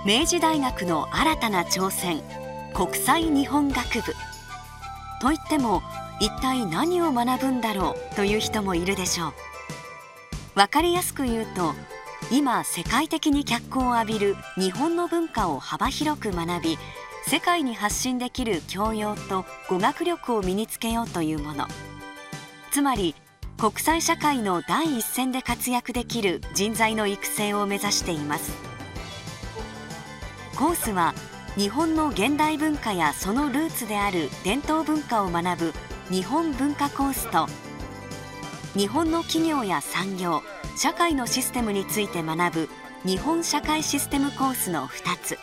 明治大学の新たな挑戦、国際日本学部といっても一体何を学ぶんだろうという人もいるでしょう。わかりやすく言うと、今世界的に脚光を浴びる日本の文化を幅広く学び、世界に発信できる教養と語学力を身につけようというもの。つまり国際社会の第一線で活躍できる人材の育成を目指しています。コースは日本の現代文化やそのルーツである伝統文化を学ぶ日本文化コースと、日本の企業や産業、社会のシステムについて学ぶ日本社会システムコースの2つ。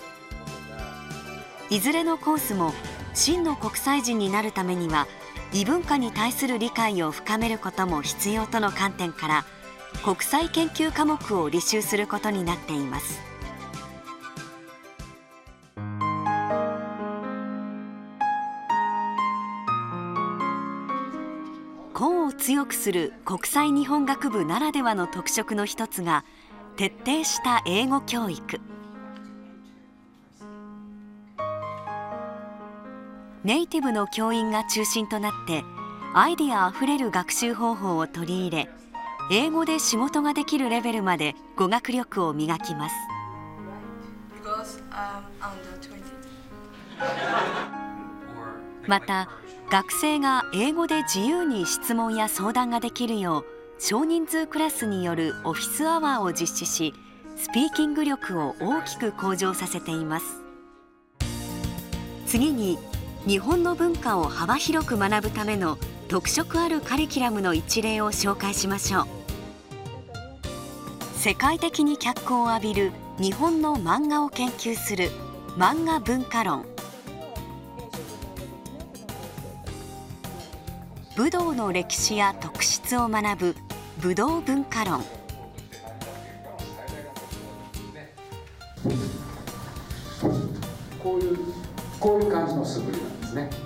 いずれのコースも真の国際人になるためには異文化に対する理解を深めることも必要との観点から、国際研究科目を履修することになっています。個を強くする国際日本学部ならではの特色の一つが、徹底した英語教育。ネイティブの教員が中心となってアイデアあふれる学習方法を取り入れ、英語で仕事ができるレベルまで語学力を磨きます。また学生が英語で自由に質問や相談ができるよう、少人数クラスによるオフィスアワーを実施し、スピーキング力を大きく向上させています。次に日本の文化を幅広く学ぶための特色あるカリキュラムの一例を紹介しましょう。世界的に脚光を浴びる日本の漫画を研究する漫画文化論。武道の歴史や特質を学ぶ武道文化論。 こういう感じの素振りなんですね。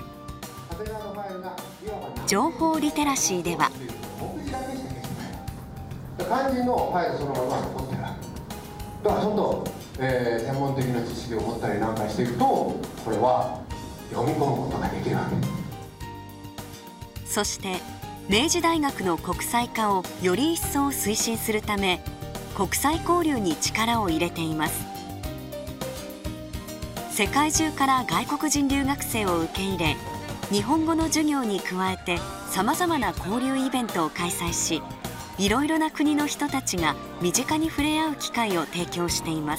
情報リテラシーでは、 漢字のファイルそのまま残ってるわけだから、ちょっと、専門的な知識を持ったりなんかしていくと、これは読み込むことができるわけ。 そして明治大学の国際化をより一層推進するため、国際交流に力を入れています。世界中から外国人留学生を受け入れ、日本語の授業に加えてさまざまな交流イベントを開催し、いろいろな国の人たちが身近に触れ合う機会を提供しています。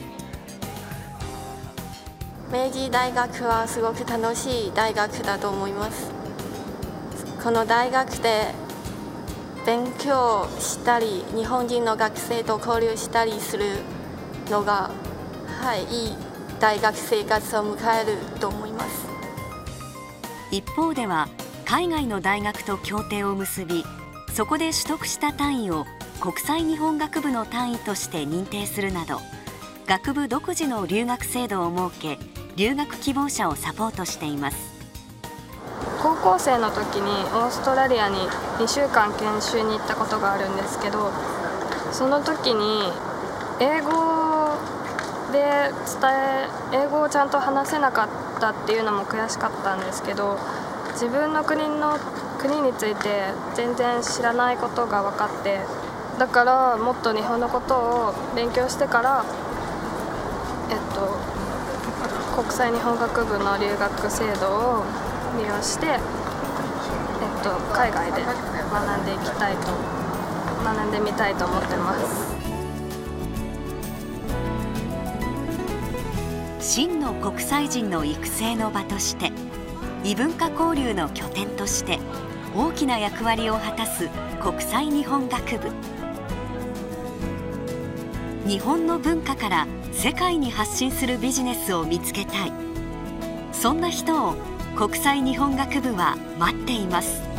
明治大学はすごく楽しい大学だと思います。この大学で勉強したり、日本人の学生と交流したりするのが、いい大学生活を迎えると思います。 一方では海外の大学と協定を結び、そこで取得した単位を国際日本学部の単位として認定するなど、学部独自の留学制度を設け、留学希望者をサポートしています。 高校生の時にオーストラリアに2週間研修に行ったことがあるんですけど、その時に英語をちゃんと話せなかったっていうのも悔しかったんですけど、自分の国について全然知らないことが分かって、だからもっと日本のことを勉強してから、国際日本学部の留学制度を利用して、海外で学んでみたいと思ってます。 真の国際人の育成の場として、異文化交流の拠点として大きな役割を果たす国際日本学部。日本の文化から世界に発信するビジネスを見つけたい、そんな人を国際日本学部は待っています。